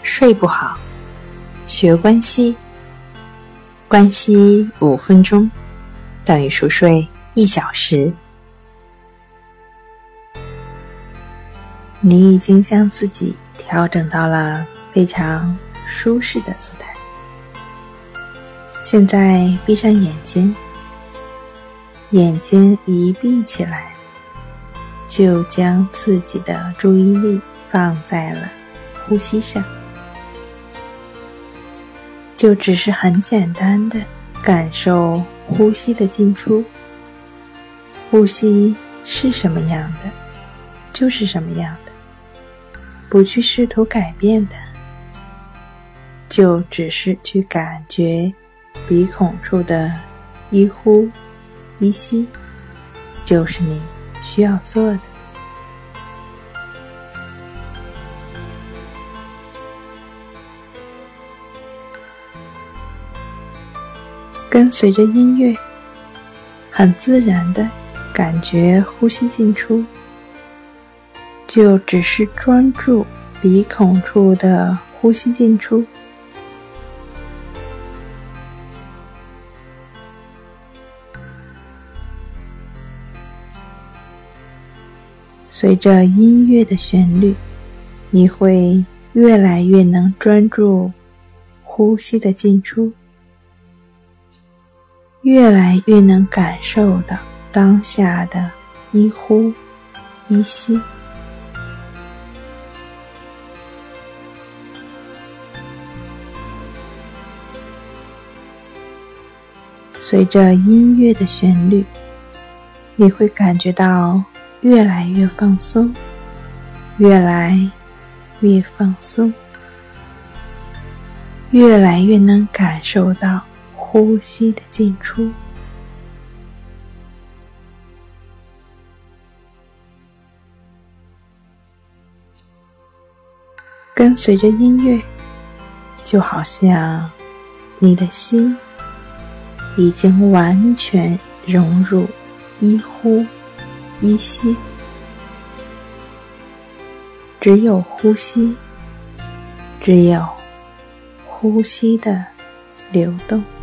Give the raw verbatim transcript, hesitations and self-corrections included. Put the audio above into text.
睡不好，学关息，关息五分钟等于熟睡一小时。你已经将自己调整到了非常舒适的姿态。现在闭上眼睛，眼睛一闭起来，就将自己的注意力放在了呼吸上，就只是很简单的感受呼吸的进出。呼吸是什么样的，就是什么样的，不去试图改变它，就只是去感觉鼻孔处的一呼一吸，就是你需要做的。跟随着音乐，很自然的感觉呼吸进出，就只是专注鼻孔处的呼吸进出。随着音乐的旋律，你会越来越能专注呼吸的进出，越来越能感受到当下的一呼一吸。随着音乐的旋律，你会感觉到越来越放松，越来越放松，越来越能感受到呼吸的进出。跟随着音乐，就好像你的心已经完全融入一呼一吸，只有呼吸，只有呼吸的流动。